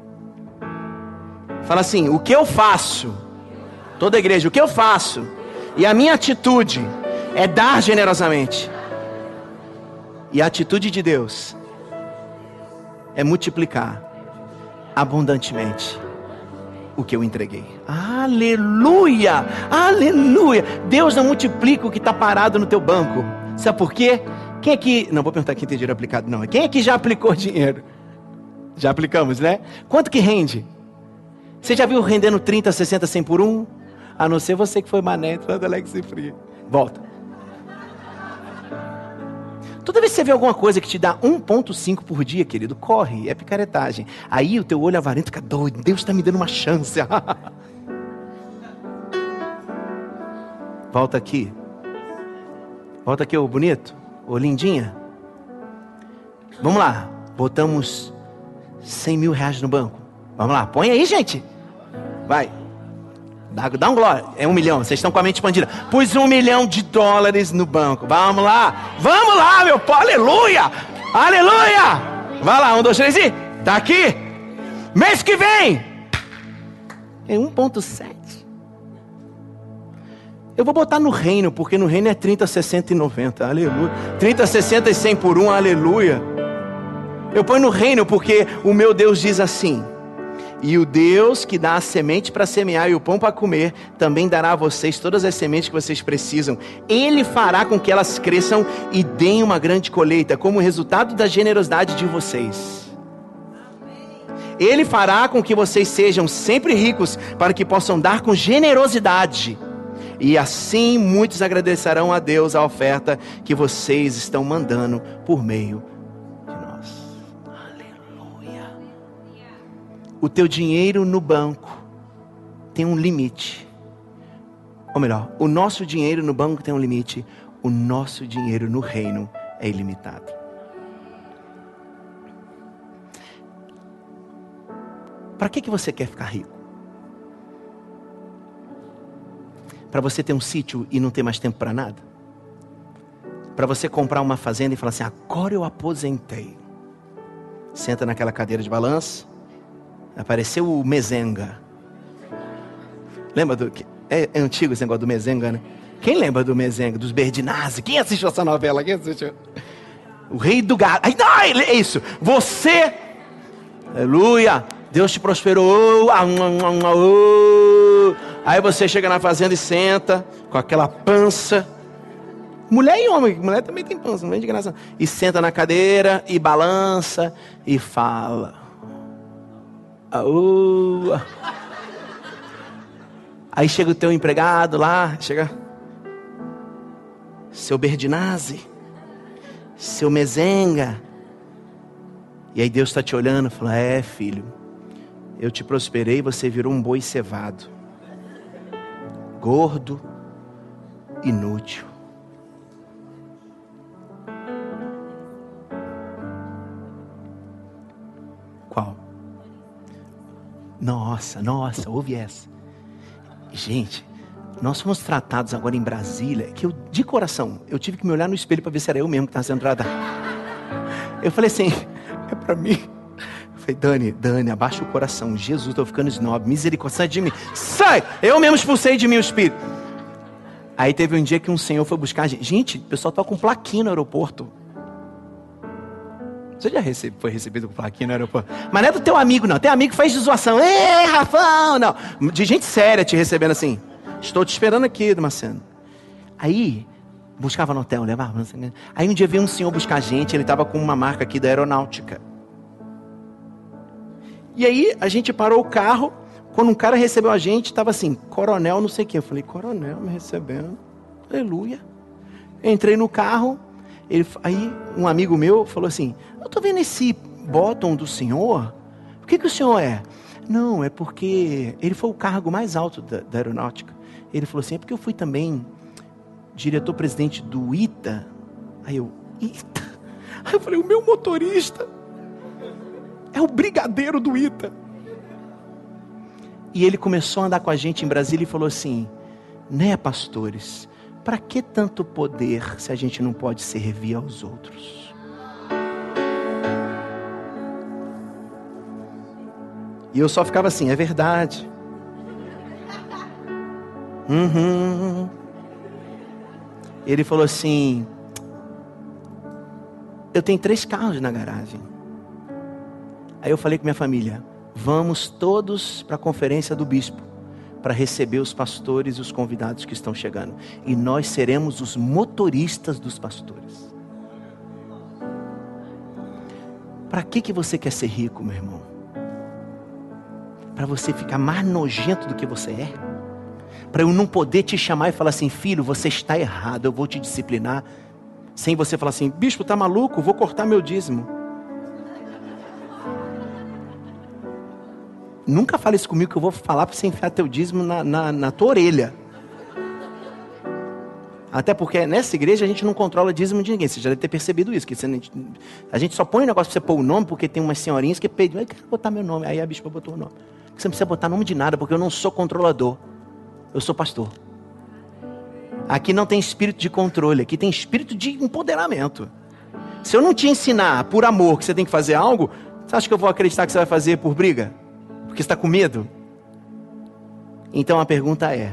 Fala assim, o que eu faço? Toda a igreja, o que eu faço? E a minha atitude é dar generosamente. E a atitude de Deus é multiplicar abundantemente o que eu entreguei. Aleluia! Aleluia! Deus não multiplica o que está parado no teu banco. Sabe por quê? Quem aqui... Não vou perguntar quem tem dinheiro aplicado, não. Quem aqui já aplicou dinheiro? Já aplicamos, né? Quanto que rende? Você já viu rendendo 30, 60, 100 por 1? A não ser você que foi mané, do Alex e Fria. Volta. Toda vez que você vê alguma coisa que te dá 1,5 por dia, querido, corre, é picaretagem. Aí o teu olho avarento fica doido. Deus está me dando uma chance. Volta aqui. Volta aqui, ô bonito, ô lindinha. Vamos lá. Botamos 100 mil reais no banco. Vamos lá, põe aí, gente. Vai. Dá um glória. É 1 milhão, vocês estão com a mente expandida. Pus $1 milhão no banco. Vamos lá, meu pô, aleluia, aleluia. Vai lá, 1, 2, 3 e tá aqui. Mês que vem é 1,7. Eu vou botar no reino, porque no reino é 30, 60 e 90, aleluia. 30, 60 e 100 por 1, aleluia. Eu ponho no reino porque o meu Deus diz assim: E o Deus que dá a semente para semear e o pão para comer, também dará a vocês todas as sementes que vocês precisam. Ele fará com que elas cresçam e deem uma grande colheita, como resultado da generosidade de vocês. Ele fará com que vocês sejam sempre ricos, para que possam dar com generosidade. E assim muitos agradecerão a Deus a oferta que vocês estão mandando por meio de nós. Aleluia. O teu dinheiro no banco tem um limite. Ou melhor, o nosso dinheiro no banco tem um limite. O nosso dinheiro no reino é ilimitado. Para que você quer ficar rico? Para você ter um sítio e não ter mais tempo para nada? Para você comprar uma fazenda e falar assim, agora eu aposentei. Senta naquela cadeira de balanço. Apareceu o Mezenga. Lembra do... É antigo esse negócio do Mezenga, né? Quem lembra do Mezenga, dos Berdinazzi? Quem assistiu essa novela? Quem assistiu? O rei do gado. Ai, não, é isso. Você... Aleluia. Deus te prosperou. Aí você chega na fazenda e senta com aquela pança. Mulher e homem, mulher também tem pança, não é de graça. E senta na cadeira e balança e fala. Aí chega o teu empregado lá, chega seu Berdinazzi, seu Mezenga. E aí Deus está te olhando e fala, filho, eu te prosperei, você virou um boi cevado, gordo, inútil. Qual? Nossa, ouve essa. Gente, nós fomos tratados agora em Brasília, que eu, de coração, eu tive que me olhar no espelho para ver se era eu mesmo que estava sendo tratado. Eu falei assim, é para mim. Eu falei, Dani, abaixa o coração. Jesus, estou ficando snob, misericórdia, sai de mim. Sai! Eu mesmo expulsei de mim o espírito. Aí teve um dia que um senhor foi buscar a gente. Gente, o pessoal está com plaquinha no aeroporto. Você já foi recebido com plaquinha no aeroporto? Mas não é do teu amigo, não. Tem amigo que faz de zoação. Ei, Rafão! Não. De gente séria te recebendo assim. Estou te esperando aqui, Damasceno. Aí, buscava no hotel, levava. Aí um dia veio um senhor buscar a gente. Ele estava com uma marca aqui da aeronáutica. E aí, a gente parou o carro. Quando um cara recebeu a gente, estava assim, coronel não sei o quê. Eu falei, coronel me recebendo. Aleluia. Entrei no carro. Aí um amigo meu falou assim, eu estou vendo esse bottom do senhor. O que o senhor é? Não, é porque ele foi o cargo mais alto da aeronáutica. Ele falou assim, é porque eu fui também diretor-presidente do ITA. Aí eu, ITA? Aí eu falei, o meu motorista é o brigadeiro do ITA. E ele começou a andar com a gente em Brasília e falou assim, né, pastores, para que tanto poder se a gente não pode servir aos outros? E eu só ficava assim, é verdade. Ele falou assim, eu tenho 3 carros na garagem. Aí eu falei com minha família, vamos todos para a conferência do bispo, para receber os pastores e os convidados que estão chegando. E nós seremos os motoristas dos pastores. Para que você quer ser rico, meu irmão? Para você ficar mais nojento do que você é? Para eu não poder te chamar e falar assim, filho, você está errado, eu vou te disciplinar. Sem você falar assim, bispo, tá maluco? Vou cortar meu dízimo. Nunca fale isso comigo que eu vou falar para você enfiar teu dízimo na tua orelha. Até porque nessa igreja a gente não controla dízimo de ninguém. Você já deve ter percebido isso. Que a gente só põe o negócio para você pôr o nome, porque tem umas senhorinhas que pedem, eu quero botar meu nome. Aí a bispa botou o nome. Você não precisa botar nome de nada, porque eu não sou controlador. Eu sou pastor. Aqui não tem espírito de controle, aqui tem espírito de empoderamento. Se eu não te ensinar por amor que você tem que fazer algo, você acha que eu vou acreditar que você vai fazer por briga? Porque está com medo? Então a pergunta é,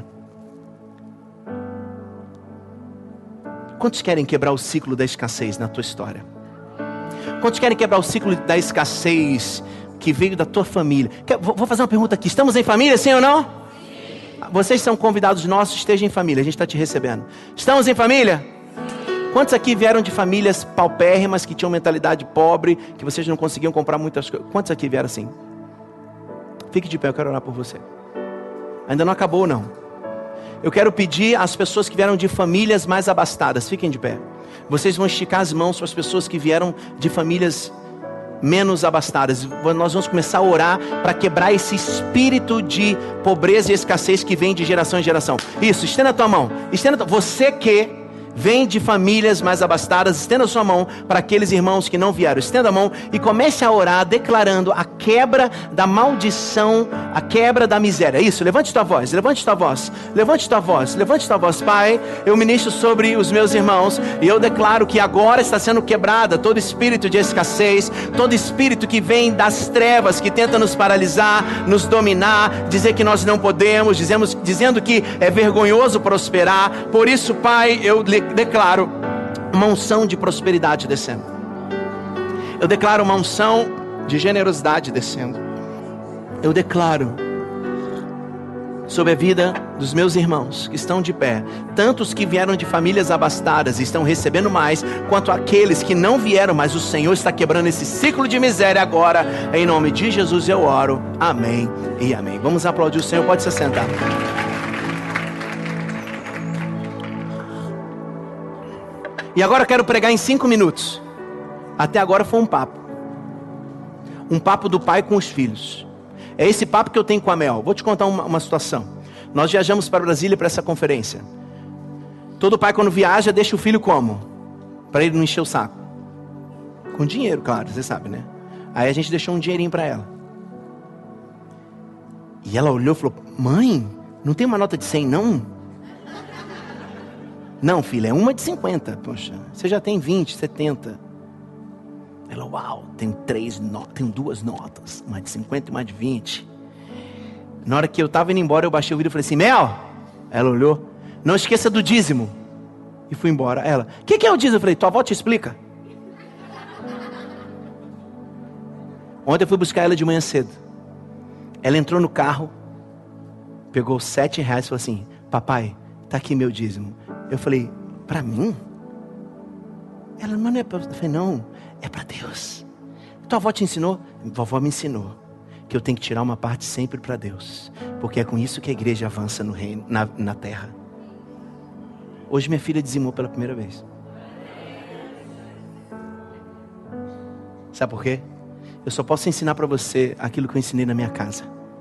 quantos querem quebrar o ciclo da escassez na tua história? Quantos querem quebrar o ciclo da escassez que veio da tua família. Vou fazer uma pergunta aqui. Estamos em família, sim ou não? Sim. Vocês são convidados nossos, estejam em família. A gente está te recebendo. Estamos em família? Quantos aqui vieram de famílias paupérrimas, que tinham mentalidade pobre, que vocês não conseguiam comprar muitas coisas? Quantos aqui vieram assim? Fique de pé, eu quero orar por você. Ainda não acabou, não. Eu quero pedir às pessoas que vieram de famílias mais abastadas, fiquem de pé. Vocês vão esticar as mãos para as pessoas que vieram de famílias menos abastadas. Nós vamos começar a orar para quebrar esse espírito de pobreza e escassez que vem de geração em geração. Isso, estenda a tua mão. Você que vem de famílias mais abastadas, estenda a sua mão para aqueles irmãos que não vieram. Estenda a mão e comece a orar declarando a quebra da maldição, a quebra da miséria. Isso, levante tua voz, levante tua voz, levante tua voz, levante tua voz. Pai, eu ministro sobre os meus irmãos e eu declaro que agora está sendo quebrada todo espírito de escassez, todo espírito que vem das trevas, que tenta nos paralisar, nos dominar, dizer que nós não podemos, dizendo que é vergonhoso prosperar. Por isso, Pai, eu declaro uma unção de prosperidade descendo. Eu declaro uma unção de generosidade descendo. Eu declaro sobre a vida dos meus irmãos que estão de pé, tanto os que vieram de famílias abastadas e estão recebendo mais, quanto aqueles que não vieram, mas o Senhor está quebrando esse ciclo de miséria agora. Em nome de Jesus eu oro. Amém e amém. Vamos aplaudir o Senhor. Pode se sentar. E agora eu quero pregar em 5 minutos. Até agora foi um papo. Um papo do pai com os filhos. É esse papo que eu tenho com a Mel. Vou te contar uma situação. Nós viajamos para Brasília para essa conferência. Todo pai quando viaja deixa o filho como? Para ele não encher o saco. Com dinheiro, claro, você sabe, né? Aí a gente deixou um dinheirinho para ela. E ela olhou e falou: mãe, não tem uma nota de 100 não? Não, filha, é uma de 50. Poxa, você já tem 20, 70. Ela, uau, tenho 2 notas. Uma de 50 e uma de 20. Na hora que eu estava indo embora, eu baixei o vidro e falei assim: Mel. Ela olhou: não esqueça do dízimo. E fui embora. Ela: o que é o dízimo? Eu falei: tua avó te explica. Ontem eu fui buscar ela de manhã cedo. Ela entrou no carro, pegou R$7 e falou assim: papai, tá aqui meu dízimo. Eu falei: para mim? Ela: mas não é para você. Eu falei: não, é para Deus. Tua avó te ensinou? Vovó me ensinou que eu tenho que tirar uma parte sempre para Deus, porque é com isso que a igreja avança no reino, na terra. Hoje minha filha dizimou pela primeira vez. Sabe por quê? Eu só posso ensinar para você aquilo que eu ensinei na minha casa.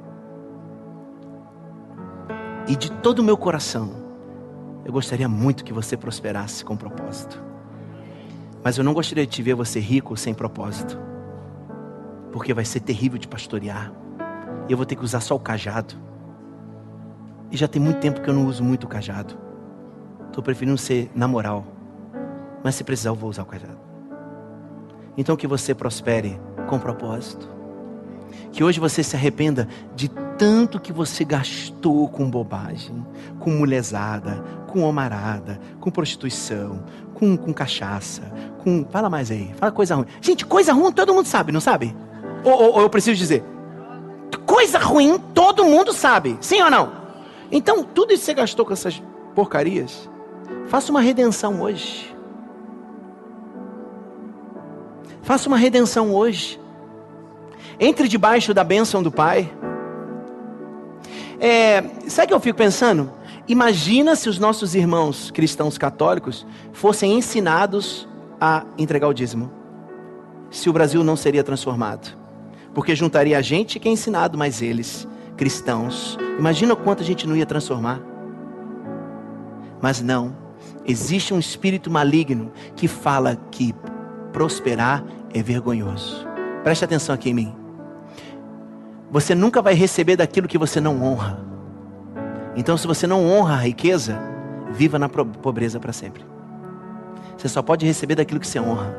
E de todo o meu coração, eu gostaria muito que você prosperasse com propósito. Mas eu não gostaria de te ver você rico sem propósito. Porque vai ser terrível de pastorear. E eu vou ter que usar só o cajado. E já tem muito tempo que eu não uso muito o cajado. Estou preferindo ser na moral. Mas se precisar eu vou usar o cajado. Então que você prospere com propósito. Que hoje você se arrependa de tanto que você gastou com bobagem, com mulherzada, com homarada, com prostituição, com cachaça, com... Fala mais aí, fala coisa ruim. Gente, coisa ruim todo mundo sabe, não sabe? Ou eu preciso dizer? Coisa ruim todo mundo sabe, sim ou não? Então, tudo isso que você gastou com essas porcarias, faça uma redenção hoje. Faça uma redenção hoje. Entre debaixo da bênção do Pai. Sabe o que eu fico pensando? Imagina se os nossos irmãos cristãos católicos fossem ensinados a entregar o dízimo. Se o Brasil não seria transformado. Porque juntaria a gente que é ensinado, mas eles, cristãos. Imagina o quanto a gente não ia transformar. Mas não. Existe um espírito maligno que fala que prosperar é vergonhoso. Preste atenção aqui em mim. Você nunca vai receber daquilo que você não honra. Então, se você não honra a riqueza, viva na pobreza para sempre. Você só pode receber daquilo que você honra.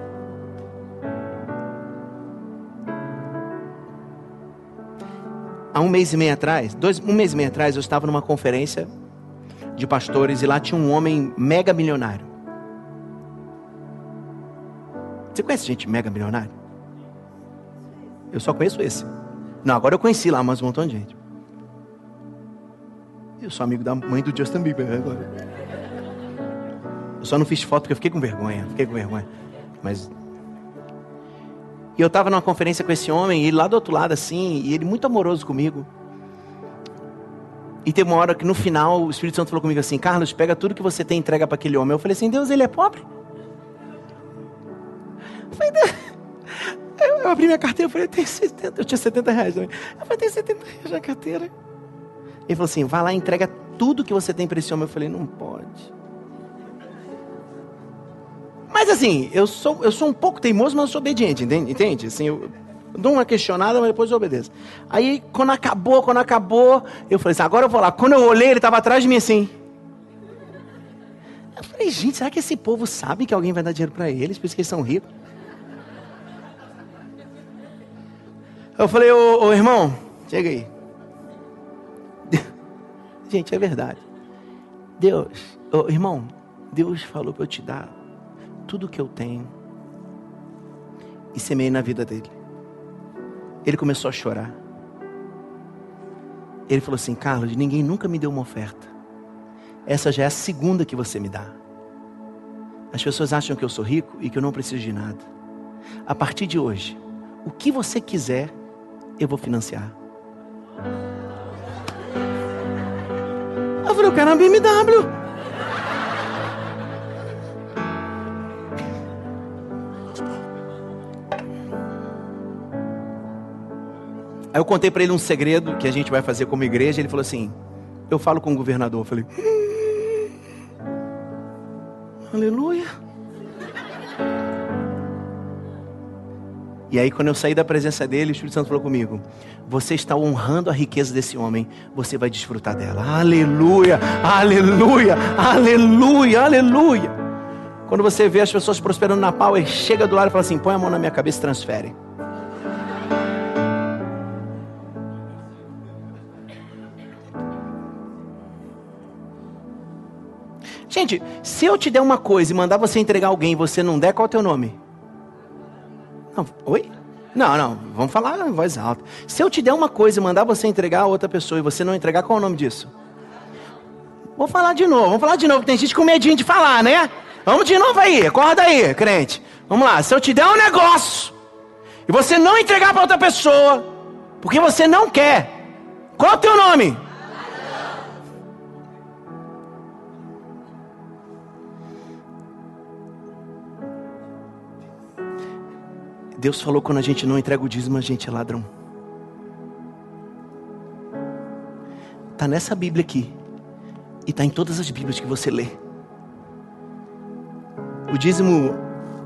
Há um mês e meio atrás, eu estava numa conferência de pastores e lá tinha um homem mega milionário. Você conhece gente mega milionário? Eu só conheço esse. Não, agora eu conheci lá, mas um montão de gente. Eu sou amigo da mãe do Justin Bieber agora. Eu só não fiz foto porque eu fiquei com vergonha. Mas... E eu estava numa conferência com esse homem, e ele lá do outro lado assim, e ele muito amoroso comigo. E teve uma hora que no final o Espírito Santo falou comigo assim: Carlos, pega tudo que você tem e entrega para aquele homem. Eu falei assim: Deus, ele é pobre? Eu abri minha carteira, eu falei: eu tinha 70 reais também. Eu falei: tem 70 reais na carteira. Ele falou assim: vai lá e entrega tudo que você tem para esse homem. Eu falei: não pode. Mas assim, eu sou um pouco teimoso, mas eu sou obediente, entende? Assim, eu dou uma questionada, mas depois eu obedeço. Aí, quando acabou, eu falei assim: agora eu vou lá. Quando eu olhei, ele estava atrás de mim assim. Eu falei: gente, será que esse povo sabe que alguém vai dar dinheiro para eles, por isso que eles são ricos? Eu falei: ô irmão, chega aí. Gente, é verdade. Irmão, Deus falou para eu te dar tudo que eu tenho. E semeei na vida dele. Ele começou a chorar. Ele falou assim: Carlos, ninguém nunca me deu uma oferta. Essa já é a segunda que você me dá. As pessoas acham que eu sou rico e que eu não preciso de nada. A partir de hoje, o que você quiser, eu vou financiar. Eu falei: eu quero uma BMW. Aí eu contei para ele um segredo que a gente vai fazer como igreja. Ele falou assim: eu falo com o governador. Eu falei: aleluia. E aí quando eu saí da presença dele, o Espírito Santo falou comigo: você está honrando a riqueza desse homem, você vai desfrutar dela. Aleluia, aleluia, aleluia, aleluia. Quando você vê as pessoas prosperando na Power, chega do lado e fala assim: põe a mão na minha cabeça e transfere. Gente, se eu te der uma coisa e mandar você entregar alguém e você não der, qual é o teu nome? Não, oi? Não, vamos falar em voz alta. Se eu te der uma coisa e mandar você entregar a outra pessoa e você não entregar, qual é o nome disso? Vamos falar de novo, tem gente com medinho de falar, né? Vamos de novo aí, acorda aí, crente. Vamos lá, se eu te der um negócio e você não entregar para outra pessoa, porque você não quer, qual é o teu nome? Deus falou: quando a gente não entrega o dízimo, a gente é ladrão. Está nessa Bíblia aqui. E está em todas as Bíblias que você lê. O dízimo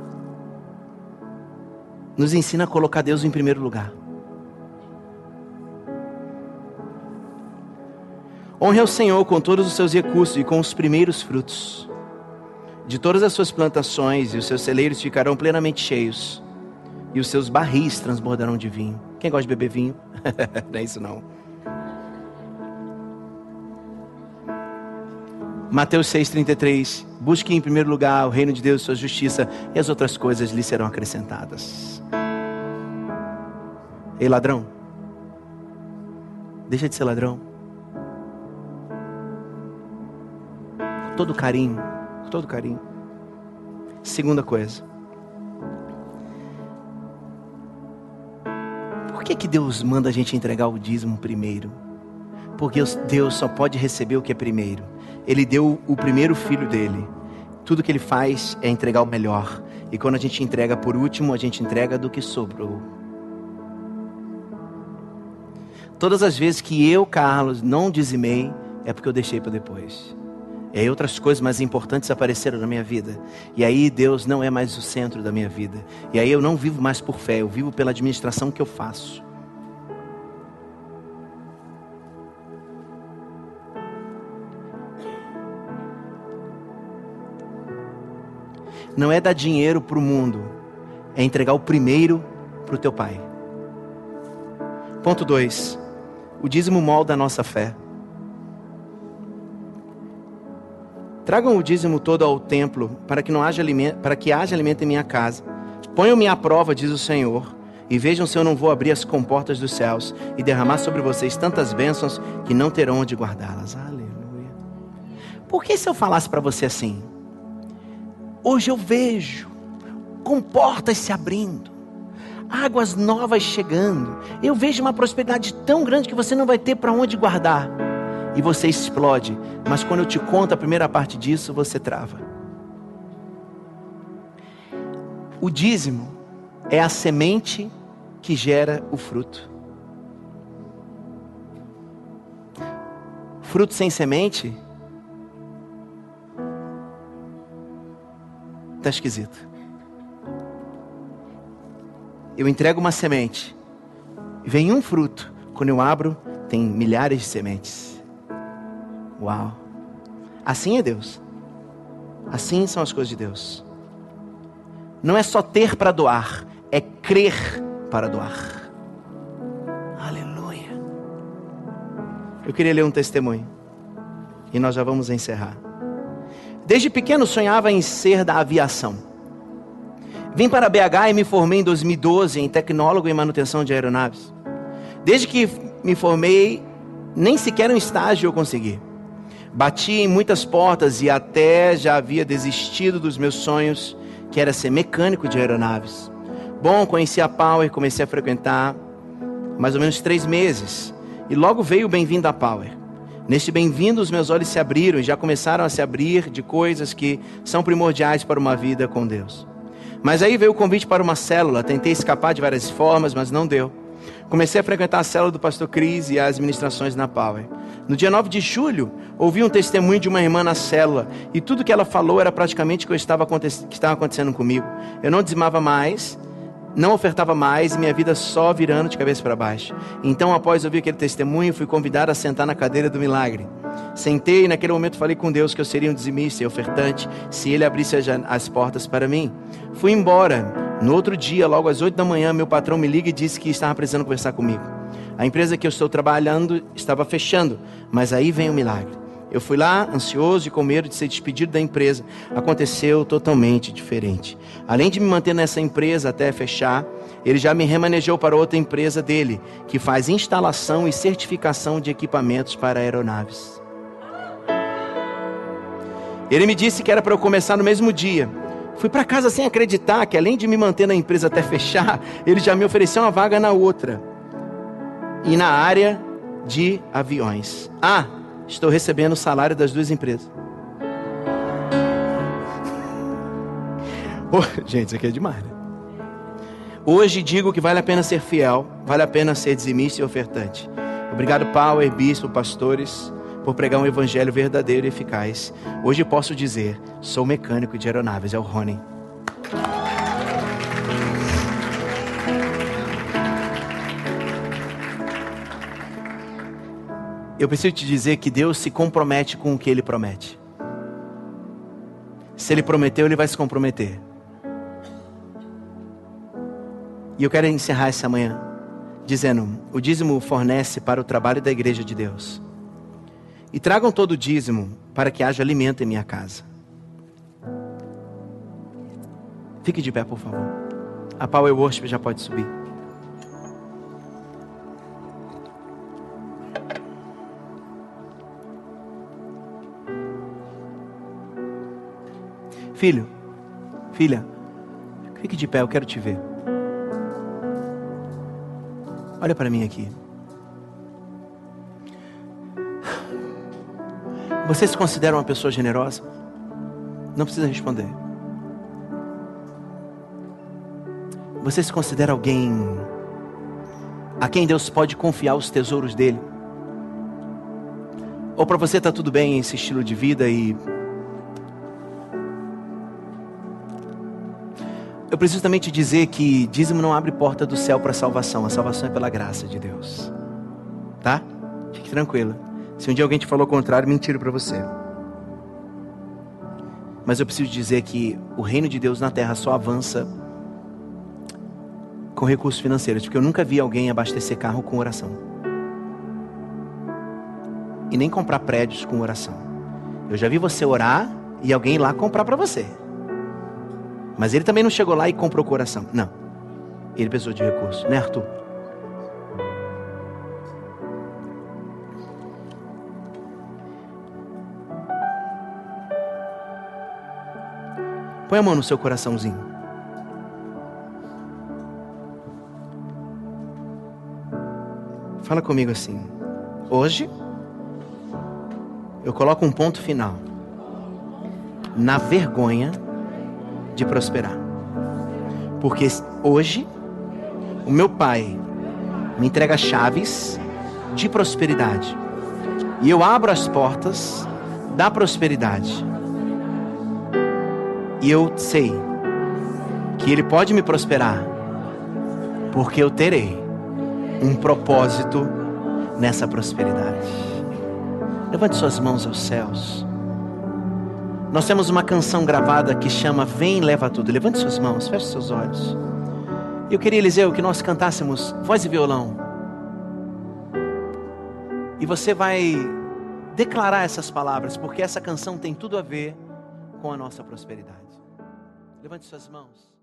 nos ensina a colocar Deus em primeiro lugar. Honre ao Senhor com todos os seus recursos e com os primeiros frutos de todas as suas plantações, e os seus celeiros ficarão plenamente cheios. E os seus barris transbordarão de vinho. Quem gosta de beber vinho? Não é isso não. Mateus 6,33. Busque em primeiro lugar o reino de Deus e sua justiça, e as outras coisas lhe serão acrescentadas. Ei, ladrão, deixa de ser ladrão. Com todo carinho. Segunda coisa. Por que Deus manda a gente entregar o dízimo primeiro? Porque Deus só pode receber o que é primeiro. Ele deu o primeiro filho dele. Tudo que ele faz é entregar o melhor. E quando a gente entrega por último, a gente entrega do que sobrou. Todas as vezes que eu, Carlos, não dizimei, é porque eu deixei para depois. E aí outras coisas mais importantes apareceram na minha vida. E aí Deus não é mais o centro da minha vida. E aí eu não vivo mais por fé, eu vivo pela administração que eu faço. Não é dar dinheiro para o mundo, é entregar o primeiro para o teu pai. Ponto 2. O dízimo molda a nossa fé. Tragam o dízimo todo ao templo, para que haja alimento em minha casa. Ponham-me à prova, diz o Senhor, E vejam se eu não vou abrir as comportas dos céus e derramar sobre vocês tantas bênçãos que não terão onde guardá-las. Aleluia. Por que se eu falasse para você assim? Hoje eu vejo comportas se abrindo, águas novas chegando. Eu vejo uma prosperidade tão grande que você não vai ter para onde guardar. E você explode. Mas quando eu te conto a primeira parte disso, você trava. O dízimo é a semente que gera o fruto. Fruto sem semente está esquisito. Eu entrego uma semente, vem um fruto. Quando eu abro, tem milhares de sementes. Uau! Assim é Deus. Assim são as coisas de Deus. Não é só ter para doar, é crer para doar. Aleluia. Eu queria ler um testemunho e nós já vamos encerrar. Desde pequeno sonhava em ser da aviação. Vim para BH e me formei em 2012 em tecnólogo em manutenção de aeronaves. Desde que me formei, nem sequer um estágio eu consegui. Bati em muitas portas e até já havia desistido dos meus sonhos, que era ser mecânico de aeronaves. Bom, conheci a Power, comecei a frequentar mais ou menos 3 meses. E logo veio o Bem-vindo à Power. Neste bem-vindo, os meus olhos se abriram e já começaram a se abrir de coisas que são primordiais para uma vida com Deus. Mas aí veio o convite para uma célula. Tentei escapar de várias formas, mas não deu. Comecei a frequentar a célula do pastor Cris e as ministrações na Power. No dia 9 de julho, ouvi um testemunho de uma irmã na célula. E tudo que ela falou era praticamente o que estava acontecendo comigo. Eu não dizimava mais, não ofertava mais e minha vida só virando de cabeça para baixo. Então, após ouvir aquele testemunho, fui convidado a sentar na cadeira do milagre. Sentei e naquele momento falei com Deus que eu seria um dizimista e ofertante se Ele abrisse as portas para mim. Fui embora. No outro dia, logo às 8 da manhã, meu patrão me liga e disse que estava precisando conversar comigo. A empresa que eu estou trabalhando estava fechando, mas aí vem o milagre. Eu fui lá, ansioso e com medo de ser despedido da empresa. Aconteceu totalmente diferente. Além de me manter nessa empresa até fechar, ele já me remanejou para outra empresa dele, que faz instalação e certificação de equipamentos para aeronaves. Ele me disse que era para eu começar no mesmo dia. Fui para casa sem acreditar que, além de me manter na empresa até fechar, ele já me ofereceu uma vaga na outra. E na área de aviões. Estou recebendo o salário das 2 empresas. Gente, isso aqui é demais, né? Hoje digo que vale a pena ser fiel, vale a pena ser dizimista e ofertante. Obrigado, Power, bispo, pastores, por pregar um evangelho verdadeiro e eficaz. Hoje posso dizer, sou mecânico de aeronaves, é o Rony. Eu preciso te dizer que Deus se compromete com o que Ele promete. Se Ele prometeu, Ele vai se comprometer. E eu quero encerrar essa manhã dizendo, o dízimo fornece para o trabalho da igreja de Deus. E tragam todo o dízimo para que haja alimento em minha casa. Fique de pé, por favor. A Power Worship já pode subir. Filho, filha, fique de pé, eu quero te ver. Olha para mim aqui. Você se considera uma pessoa generosa? Não precisa responder. Você se considera alguém a quem Deus pode confiar os tesouros dele? Ou para você está tudo bem esse estilo de vida e... Eu preciso também te dizer que dízimo não abre porta do céu para a salvação. A salvação é pela graça de Deus. Tá? Fique tranquila. Se um dia alguém te falou o contrário, mentira para você. Mas eu preciso dizer que o reino de Deus na terra só avança com recursos financeiros. Porque eu nunca vi alguém abastecer carro com oração. E nem comprar prédios com oração. Eu já vi você orar e alguém ir lá comprar para você. Mas ele também não chegou lá e comprou coração. Não. E ele precisou de recurso, né, Arthur? Põe a mão no seu coraçãozinho. Fala comigo assim: hoje eu coloco um ponto final na vergonha de prosperar. Porque hoje o meu pai me entrega chaves de prosperidade. E eu abro as portas da prosperidade. E eu sei que Ele pode me prosperar, porque eu terei um propósito nessa prosperidade. Levante suas mãos aos céus. Nós temos uma canção gravada que chama Vem, Leva Tudo. Levante suas mãos, feche seus olhos. Eu queria, Eliseu, que nós cantássemos voz e violão. E você vai declarar essas palavras, porque essa canção tem tudo a ver com a nossa prosperidade. Levante suas mãos.